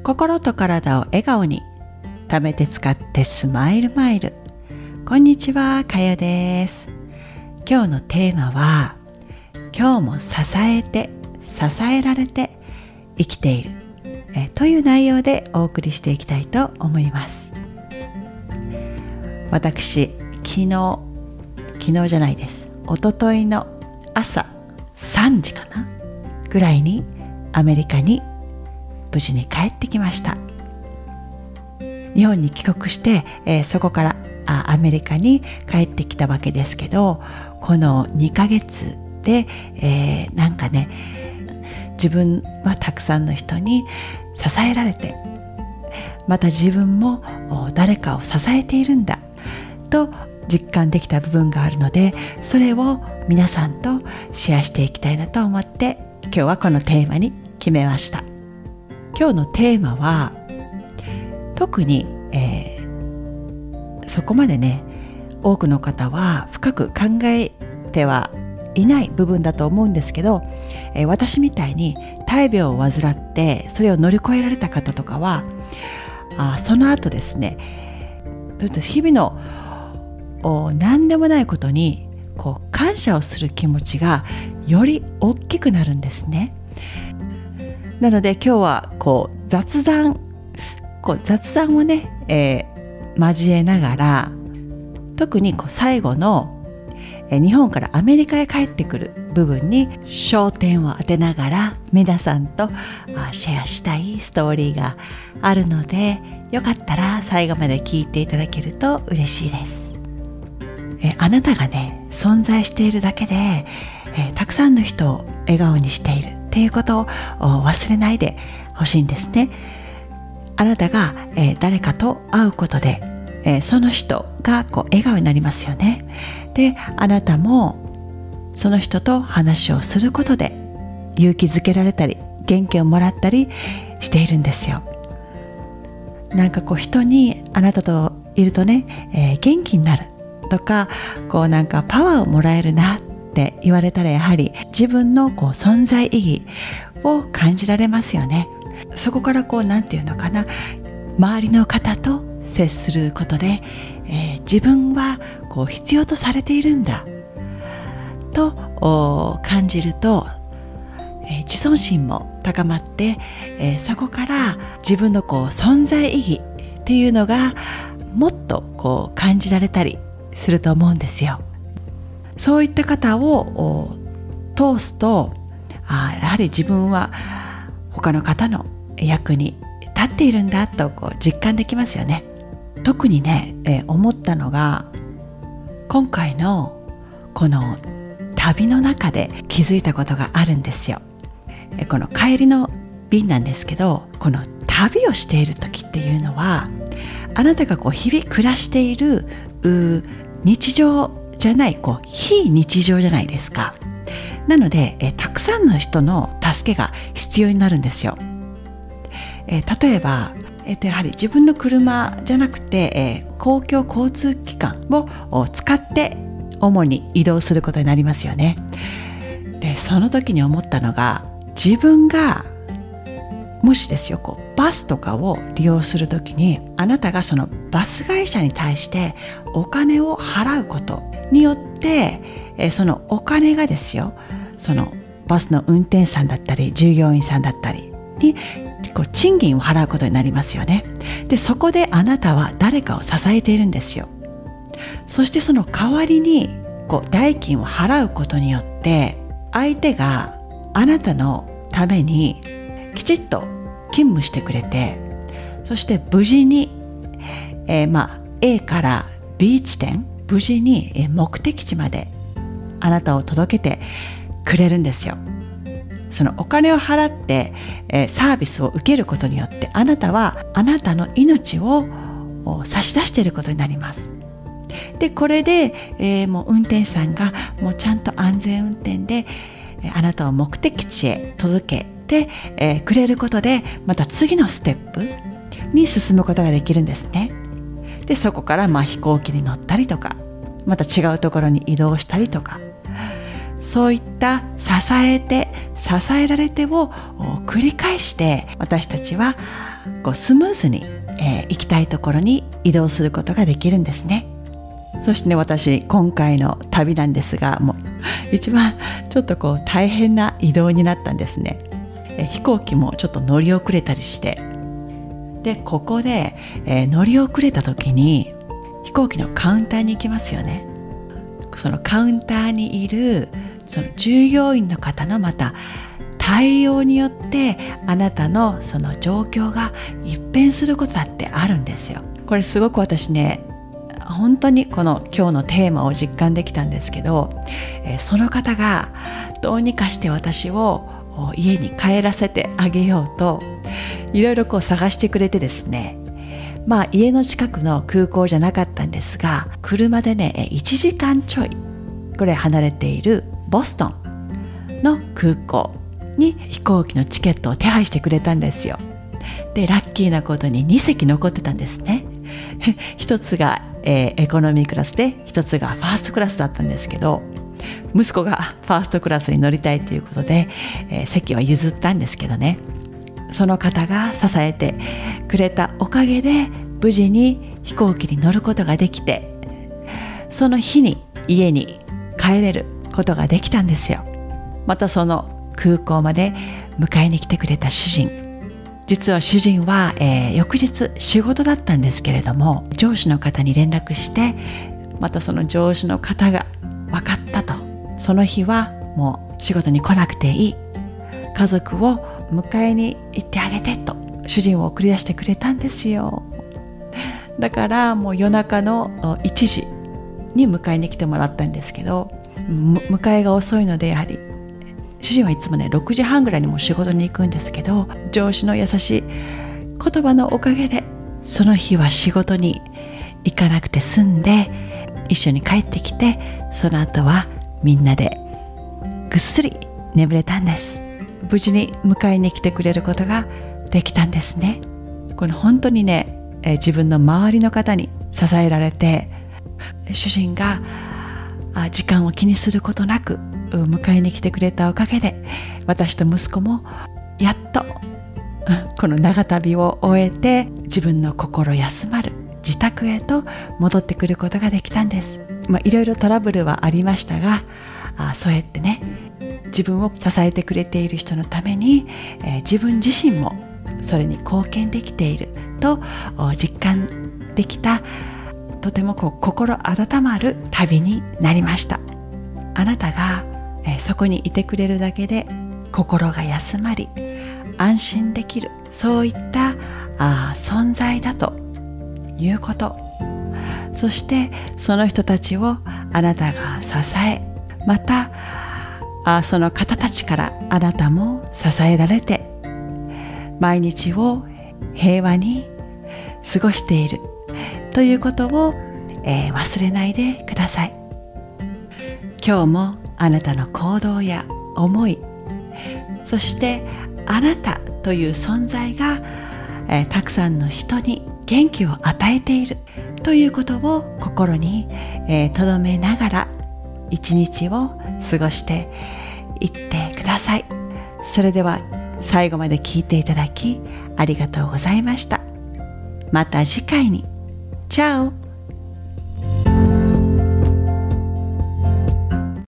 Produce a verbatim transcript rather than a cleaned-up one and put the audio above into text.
心と体を笑顔に、貯めて使ってスマイルマイル。こんにちは、かよです。今日のテーマは、今日も支えて支えられて生きているえという内容でお送りしていきたいと思います。私、昨日昨日じゃないです一昨日の朝さんじかなぐらいにアメリカに無事に帰ってきました。日本に帰国して、えー、そこからあアメリカに帰ってきたわけですけど、このにかげつで、えー、なんかね、自分はたくさんの人に支えられて、また自分も誰かを支えているんだと実感できた部分があるので、それを皆さんとシェアしていきたいなと思って、今日はこのテーマに決めました。今日のテーマは特に、えー、そこまでね多くの方は深く考えてはいない部分だと思うんですけど、えー、私みたいに大病を患ってそれを乗り越えられた方とかは、あその後ですね、日々の何でもないことにこう感謝をする気持ちがより大きくなるんですね。なので今日はこう雑談こう雑談をね、えー、交えながら、特にこう最後の、えー、日本からアメリカへ帰ってくる部分に焦点を当てながら皆さんとあシェアしたいストーリーがあるので、よかったら最後まで聞いていただけると嬉しいです。えー、あなたがね存在しているだけで、えー、たくさんの人を笑顔にしているっていうことを忘れないでほしいんですね。あなたが、えー、誰かと会うことで、えー、その人がこう笑顔になりますよね。で、あなたもその人と話をすることで勇気づけられたり元気をもらったりしているんですよ。なんかこう人にあなたといるとね、えー、元気になるとか、こうなんかパワーをもらえるなって言われたら、やはり自分のこう存在意義を感じられますよね。そこからこうなんていうのかな、周りの方と接することで、えー、自分はこう必要とされているんだと感じると、えー、自尊心も高まって、えー、そこから自分のこう存在意義っていうのがもっとこう感じられたりすると思うんですよ。そういった方を通すと、あやはり自分は他の方の役に立っているんだとこう実感できますよね。特にね、えー、思ったのが、今回のこの旅の中で気づいたことがあるんですよ。えー、この帰りの便なんですけど、この旅をしている時っていうのは、あなたがこう日々暮らしている日常じゃない、こう非日常じゃないですか。なので、えー、たくさんの人の助けが必要になるんですよ。えー、例えば、えー、とやはり自分の車じゃなくて、えー、公共交通機関を使って主に移動することになりますよね。で、その時に思ったのが、自分がもしですよ、こうバスとかを利用するときに、あなたがそのバス会社に対してお金を払うことによって、えー、そのお金がですよ、そのバスの運転手さんだったり従業員さんだったりにこう賃金を払うことになりますよね。で、そこであなたは誰かを支えているんですよ。そしてその代わりにこう代金を払うことによって、相手があなたのためにきちっと勤務してくれて、そして無事に、えー、まあ A から B 地点、無事に目的地まであなたを届けてくれるんですよ。そのお金を払って、えー、サービスを受けることによって、あなたはあなたの命を差し出していることになります。で、これで、えー、もう運転手さんがもうちゃんと安全運転で、えー、あなたを目的地へ届けて、えー、くれることで、また次のステップに進むことができるんですね。で、そこからまあ飛行機に乗ったりとか、また違うところに移動したりとか、そういった支えて支えられてを繰り返して、私たちはこうスムーズに、えー、行きたいところに移動することができるんですね。そしてね、私今回の旅なんですが、もう一番ちょっとこう大変な移動になったんですね。え飛行機もちょっと乗り遅れたりして、でここで、えー、乗り遅れた時に飛行機のカウンターに行きますよね。そのカウンターにいるその従業員の方のまた対応によってあなたのその状況が一変することだってあるんですよ。これすごく私ね、本当にこの今日のテーマを実感できたんですけど、えー、その方がどうにかして私を家に帰らせてあげようといろいろこう探してくれてですね、まあ家の近くの空港じゃなかったんですが、車でねいちじかんちょいぐらい離れているボストンの空港に飛行機のチケットを手配してくれたんですよ。でラッキーなことににせき残ってたんですね。一つが、えー、エコノミークラスで、一つがファーストクラスだったんですけど、息子がファーストクラスに乗りたいということで、えー、席は譲ったんですけどね、その方が支えてくれたおかげで無事に飛行機に乗ることができて、その日に家に帰れることができたんですよ。またその空港まで迎えに来てくれた主人、実は主人は、えー、翌日仕事だったんですけれども、上司の方に連絡して、またその上司の方が分かったと、その日はもう仕事に来なくていい、家族を迎えに行ってあげてと主人を送り出してくれたんですよ。だからもう夜中のいちじに迎えに来てもらったんですけど、迎えが遅いのでやはり主人はいつもねろくじはんぐらいにも仕事に行くんですけど、上司の優しい言葉のおかげでその日は仕事に行かなくて済んで、一緒に帰ってきて、その後はみんなでぐっすり眠れたんです。無事に迎えに来てくれることができたんですね。これ本当にね、え自分の周りの方に支えられて、主人があ時間を気にすることなく迎えに来てくれたおかげで、私と息子もやっとこの長旅を終えて自分の心休まる自宅へと戻ってくることができたんです。まあ、いろいろトラブルはありましたが、あそうやってね、自分を支えてくれている人のために、えー、自分自身もそれに貢献できていると実感できた、とてもこう心温まる旅になりました。あなたが、えー、そこにいてくれるだけで心が休まり安心できる、そういったあ存在だということ、そしてその人たちをあなたが支え、またあその方たちからあなたも支えられて毎日を平和に過ごしているということを、えー、忘れないでください。今日もあなたの行動や思い、そしてあなたという存在が、えー、たくさんの人に元気を与えているということを心に留、えー、めながら一日を過ごしていってください。それでは最後まで聞いていただきありがとうございました。また次回に。チャオ。